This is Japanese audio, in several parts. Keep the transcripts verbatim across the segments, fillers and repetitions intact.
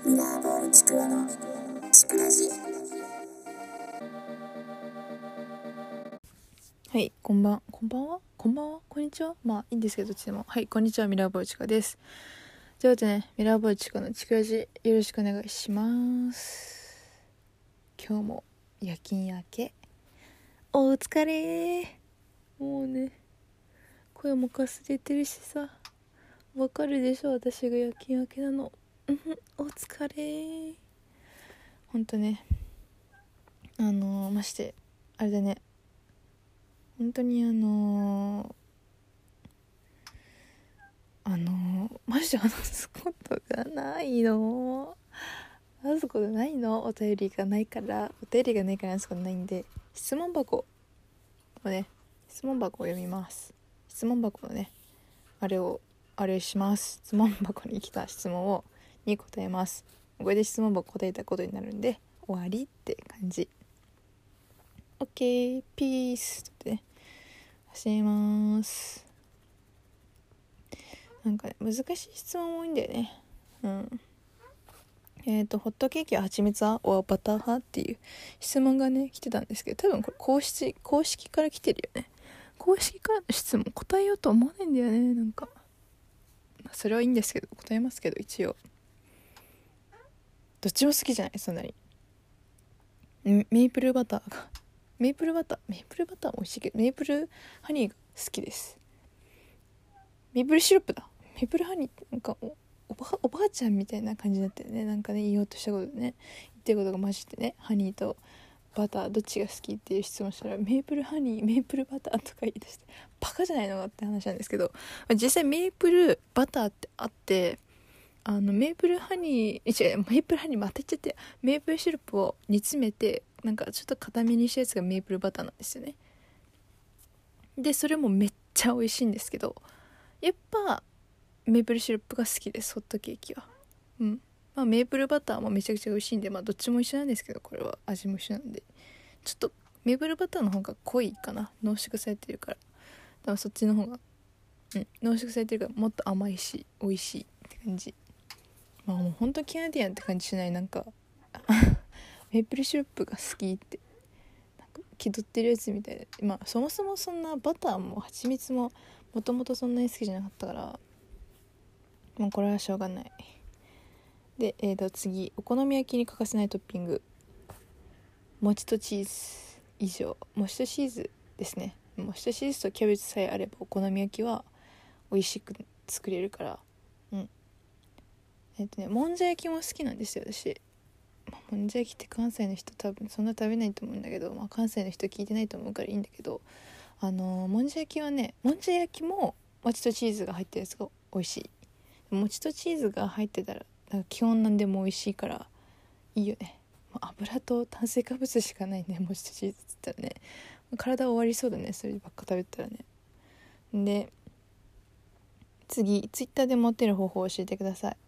ミラーボールちくわのちくらじ。 はい、こんばん、こんばんはこんばんはこんにちは、まあいいんですけど、どっちでも。はい、こんにちは、ミラーボールちくわです。ということでね、ミラーボールちくわのちくらじ、よろしくお願いします。今日も夜勤明けお疲れ。もうね、声もかすれてるしさ、わかるでしょ、私が夜勤明けなの。うん、お疲れ。ほんとね、あのー、ましてあれだね、本当にあのー、あのー、マジで話すことがないの話すことないのお便りがないからお便りがないから話すことないんで、質問箱をね質問箱を読みます。質問箱のねあれをあれします質問箱に来た質問をに答えます。これで質問箱答えたことになるんで終わりって感じ。 OK ピースってね走ります。なんか、ね、難しい質問多いんだよね。うんえーと、ホットケーキは蜂蜜派おバター派っていう質問がね来てたんですけど、多分これ公式公式から来てるよね。公式からの質問答えようと思わないんだよね。なんか、まあ、それはいいんですけど答えますけど、一応どっちも好きじゃない。そんなにメープルバターがメープルバターメープルバターも美味しいけど、メープルハニーが好きです。メープルシロップだ。メープルハニーってなんかおおば, おばあちゃんみたいな感じだったよね。なんかね言おうとしたことでね言ってることがマジでね、ハニーとバターどっちが好きっていう質問したら、メープルハニーメープルバターとか言い出して、バカじゃないのかって話なんですけど、実際メープルバターってあって、あのメープルハニー違うメープルハニーまた言っちゃって、メープルシロップを煮詰めてなんかちょっと固めにしたやつがメープルバターなんですよね。でそれもめっちゃ美味しいんですけど、やっぱメープルシロップが好きです。ホットケーキは。うんまあメープルバターもめちゃくちゃ美味しいんで、まあどっちも一緒なんですけど、これは味も一緒なんで、ちょっとメープルバターの方が濃いかな。濃縮されてるから。多分そっちの方がうん濃縮されてるからもっと甘いし美味しいって感じ。まあもうほんとキャナディアンって感じしない。なんかメープルシロップが好きってなんか気取ってるやつみたいで、まあそもそもそんなバターも蜂蜜ももともとそんなに好きじゃなかったから、もうこれはしょうがない。で、えーと次、お好み焼きに欠かせないトッピング、餅とチーズ。以上、餅とチーズですね。餅とチーズとキャベツさえあればお好み焼きは美味しく作れるから。うんえっ、ー、とねもんじゃ焼きも好きなんですよ私。もんじゃ焼きって関西の人多分そんな食べないと思うんだけど、まあ、関西の人聞いてないと思うからいいんだけど、あのー、もんじゃ焼きはね、もんじゃ焼きも餅とチーズが入ってるやつが美味しい。餅とチーズが入ってたらなんか基本なんでも美味しいからいいよね。油と炭水化物しかないね、餅とチーズっつったらね。体終わりそうだね、そればっか食べたらね。で次、ツイッターでモテる方法を教えてください。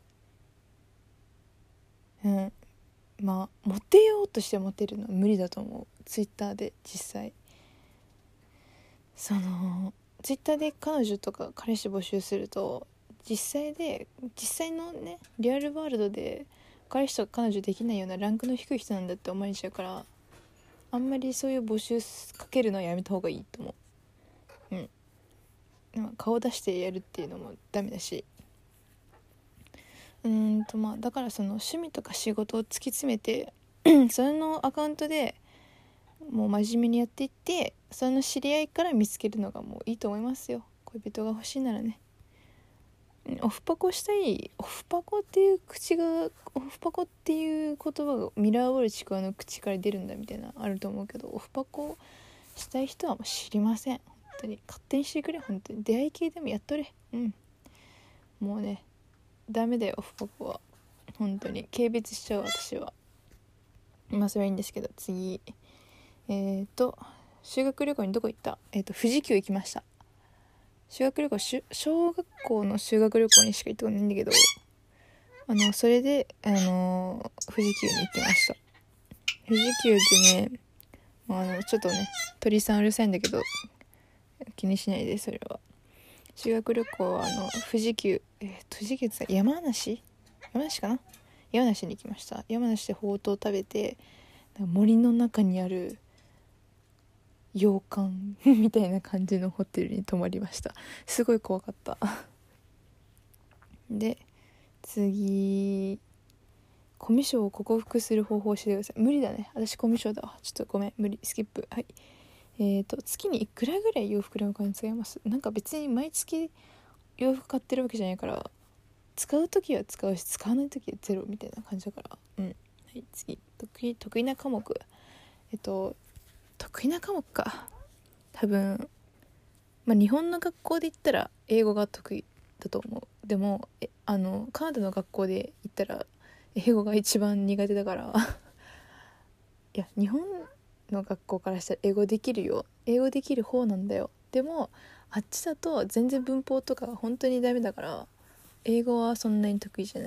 うんまあモテようとしてモテるのは無理だと思う。ツイッターで実際そのツイッターで彼女とか彼氏募集すると、実際で実際のねリアルワールドで彼氏とか彼女できないようなランクの低い人なんだって思われちゃうから、あんまりそういう募集かけるのはやめた方がいいと思う。うん顔出してやるっていうのもダメだし、うーんとまあだからその趣味とか仕事を突き詰めてそれのアカウントでもう真面目にやっていって、その知り合いから見つけるのがもういいと思いますよ。恋人が欲しいならね。オフパコしたい、オフパコっていう口がオフパコっていう言葉がミラーボールちくわの口から出るんだみたいなあると思うけど、オフパコしたい人はもう知りません。本当に勝手にしてくれ。本当に出会い系でもやっとれ。うんもうねダメだよオフパコは。本当に軽蔑しちゃう私は。まあそれはいいんですけど、次えーと修学旅行にどこ行った？えーと富士急行きました。修学旅行し小学校の修学旅行にしか行ったことないんだけど、あのそれであの富士急に行きました。富士急でね、あのちょっとね鳥さんうるさいんだけど気にしないで。それは修学旅行はあの富士急、えー、富士急って山梨山梨かな山梨に行きました。山梨でほうとう食べて、森の中にある洋館みたいな感じのホテルに泊まりました。すごい怖かったで次、コミュ障を克服する方法を教えてください。無理だね、私コミュ障だわ。ちょっとごめん、無理、スキップ。はい。えーと月にいくらぐらい洋服でお金使います？なんか別に毎月洋服買ってるわけじゃないから、使う時は使うし使わない時はゼロみたいな感じだから。うん。はい、次、得意得意な科目。えっと得意な科目か。多分まあ日本の学校で言ったら英語が得意だと思う。でもえあのカナダの学校で言ったら英語が一番苦手だからいや日本の学校からしたら英語できるよ、英語できる方なんだよ。でもあっちだと全然文法とか本当にダメだから英語はそんなに得意じゃない。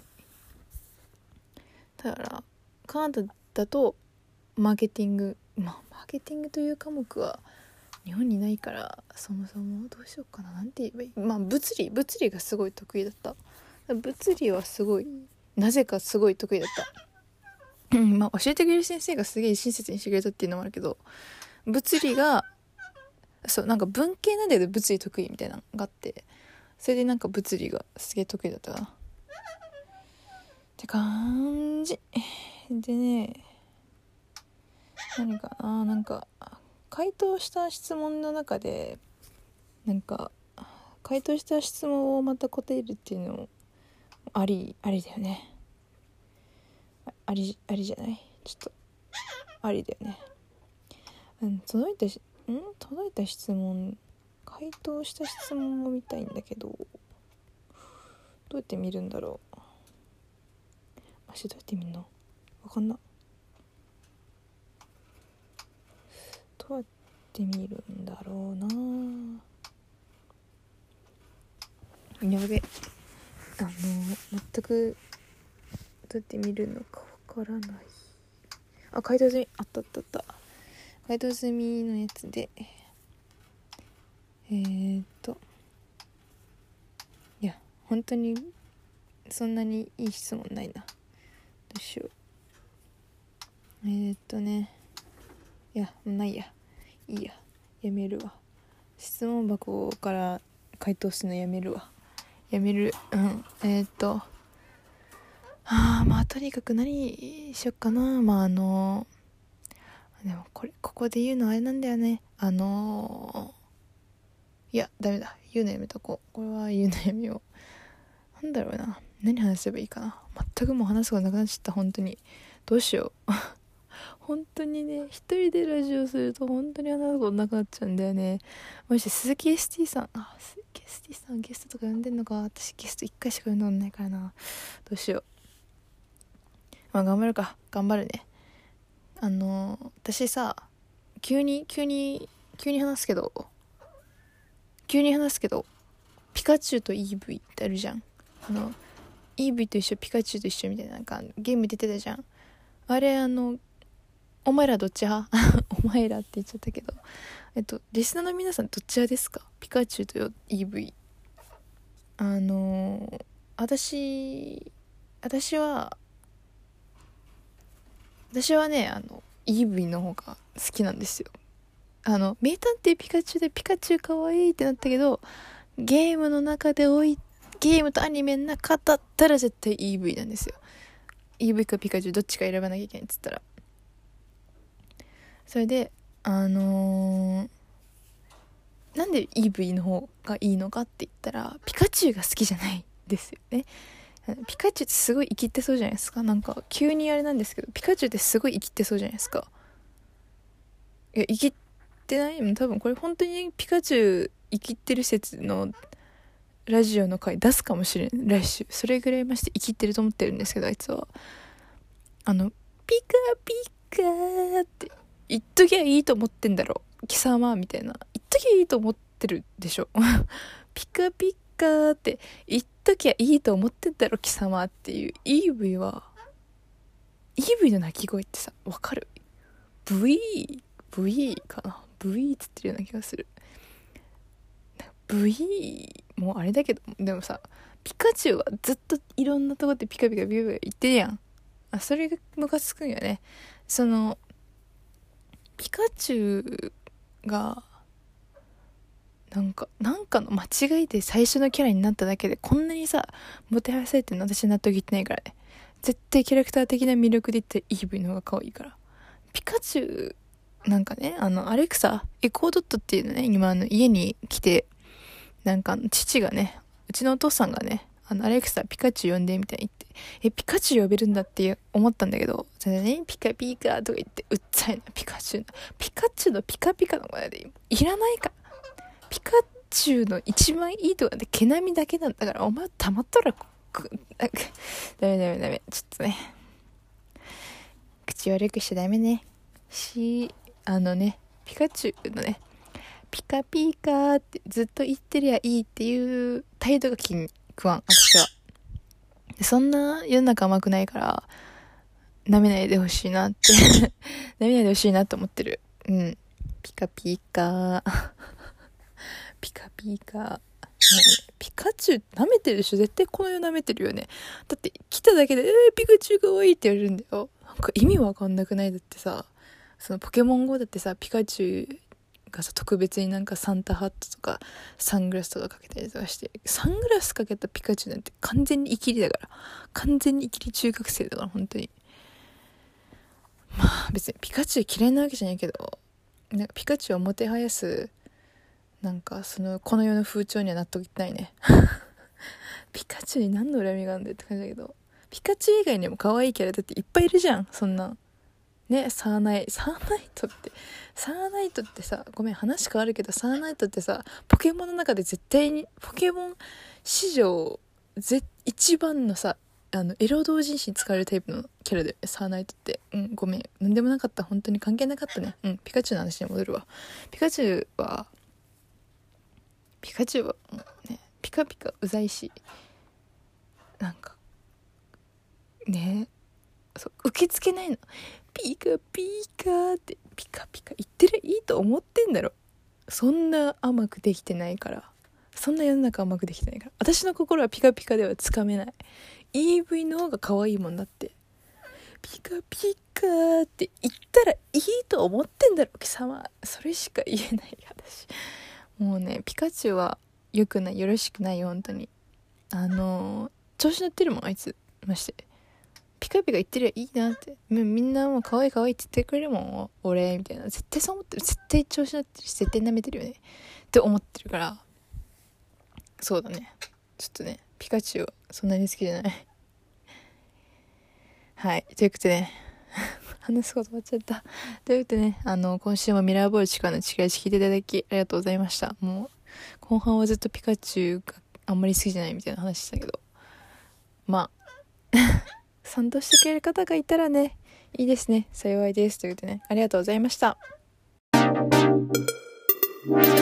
だからカナダだとマーケティング、まあマーケティングという科目は日本にないから、そもそもどうしようかな、なんて言えばいい。まあ物理物理がすごい得意だった。物理はすごい、なぜかすごい得意だったうんまあ教えてくれる先生がすげえ親切にしてくれたっていうのもあるけど、物理がそうなんか文系なんだけど物理得意みたいなのがあって、それでなんか物理がすげえ得意だったなって感じでね。何かな、なんか回答した質問の中でなんか回答した質問をまた答えるっていうのもありありだよね。ありありじゃない、ちょっとありだよね。うん、届いたしん届いた質問、回答した質問を見たいんだけど、どうやって見るんだろう。マジどうやって見るの、わかんな。どうやって見るんだろうな。やべ、あの全くどうやって見るのかわからない。あ、回答済み、あったあったあった。回答済みのやつでえー、っといや本当にそんなにいい質問ないな。どうしよう。えー、っとねいやないやいいややめるわ。質問箱から回答するのやめるわやめるうんえー、っとあーまあとにかく何しよっかな。まああのでもこれここで言うのあれなんだよね。あのー、いやダメだ、言うのやめとこう。これは言うのやめよう。なんだろうな、何話せばいいかな。全くもう話すことなくなっちゃった。本当にどうしよう本当にね、一人でラジオすると本当に話すことなくなっちゃうんだよね。もし鈴木 エスティー さん、あ、鈴木 エスティー さんゲストとか呼んでんのか。私ゲスト一回しか呼んだことないからな。どうしよう。まあ頑張るか、頑張るね。あのー、私さ、急に急に急に話すけど急に話すけどピカチュウと イーブイ ってあるじゃん。あの イーブイ と一緒、ピカチュウと一緒みたいな、なんかゲーム出てたじゃん。あれ、あのお前らどっち派お前らって言っちゃったけど、えっとリスナーの皆さんどっち派ですか？ピカチュウと イーブイ。 あのー、私私は私はねあの イーブイ の方が好きなんですよ。あの名探偵ピカチュウでピカチュウかわいいってなったけど、ゲームの中でおいゲームとアニメの中だったら絶対 イーブイ なんですよ。 イーブイ かピカチュウどっちか選ばなきゃいけないっつったら。それであのー、なんで イーブイ の方がいいのかって言ったら、ピカチュウが好きじゃないですよね。ピカチュウってすごい生きってそうじゃないですか。なんか急にあれなんですけど、ピカチュウってすごい生きってそうじゃないですか。いや生きってない、多分これ本当にピカチュウ生きってる説のラジオの回出すかもしれん、来週。それぐらいまして生きってると思ってるんですけど、あいつはあのピカピカーって言っときゃいいと思ってんだろ貴様みたいな、言っときゃいいと思ってるでしょピカピカーって言っときゃいいと思ってんだろ貴様っていう。 イーブイ は イーブイ の鳴き声ってさ、わかる？ V V かな、 V っつってるような気がする。 V もうあれだけど、でもさピカチュウはずっといろんなとこでピカピカピカピカ言ってるやん。 あ、それがムカつくんよね。そのピカチュウがなんかなんかの間違いで最初のキャラになっただけでこんなにさもてはやされてるの私納得いってないからね。絶対キャラクター的な魅力で言ってイーブイの方が可愛いから。ピカチュウなんかね、あのアレクサエコードットっていうのね、今あの家に来て、なんか父がね、うちのお父さんがね、あのアレクサピカチュウ呼んでみたいに言って、えピカチュウ呼べるんだって思ったんだけど、それねピカピカとか言ってうっざいな。ピカチュウのピカチュウのピカピカの声でいらないか。ピカチュウの一番いいとこで毛並みだけなんだから、お前たまったらくダメダメダメ、ちょっとね口悪くしちゃダメねし、あのねピカチュウのねピカピカってずっと言ってりゃいいっていう態度が気に食わん私は。そんな世の中甘くないから舐めないでほしいなって舐めないでほしいなと思ってる。うん、ピカピカピカピカ、もうね、ピカチュウ舐めてるでしょ。絶対この世舐めてるよね。だって来ただけでえー、ピカチュウかわいいって言われるんだよ。なんか意味わかんなくない？だってさ、そのポケモン ゴー だってさ、ピカチュウがさ特別になんかサンタハットとかサングラスとかかけたりとかして、サングラスかけたピカチュウなんて完全にイキリだから、完全にイキリ中学生だから本当に。まあ別にピカチュウ嫌いなわけじゃないけど、なんかピカチュウをもてはやすなんかそのこの世の風潮には納得いってないねピカチュウに何の恨みがあるんだよって感じだけど、ピカチュウ以外にも可愛いキャラだっていっぱいいるじゃん。そんなね、サーナイサーナイトってサーナイトってさ、ごめん話変わるけど、サーナイトってさポケモンの中で絶対にポケモン史上ぜ一番のさ、あのエロ同人誌に使われるタイプのキャラでサーナイトって。うん、ごめん、なんでもなかった、本当に関係なかったね。うん、ピカチュウの話に戻るわ。ピカチュウはピカチュウはもうねピカピカうざいし、なんかね、そう受け付けないの。ピカピカってピカピカ言ってるいいと思ってんだろ。そんな甘くできてないから、そんな世の中甘くできてないから、私の心はピカピカではつかめない。 イーブイ の方が可愛いもんだって。ピカピカって言ったらいいと思ってんだろ貴様。それしか言えない私。もうねピカチュウは良くない、よろしくないよ本当に。あのー、調子乗ってるもんあいつまして。ピカピカ言ってりゃいいなって、みんなもう可愛い可愛いって言ってくれるもん俺みたいな。絶対そう思ってる、絶対調子乗ってるし絶対舐めてるよねって思ってるから。そうだね、ちょっとねピカチュウはそんなに好きじゃないはい、ということでね話すこと終わっちゃった。ということでね、あの今週もミラーボールチカの力聞いていただきありがとうございました。もう後半はずっとピカチュウがあんまり好きじゃないみたいな話したけど、まあ賛同してくれる方がいたらねいいですね、幸いです。ということでね、ありがとうございました。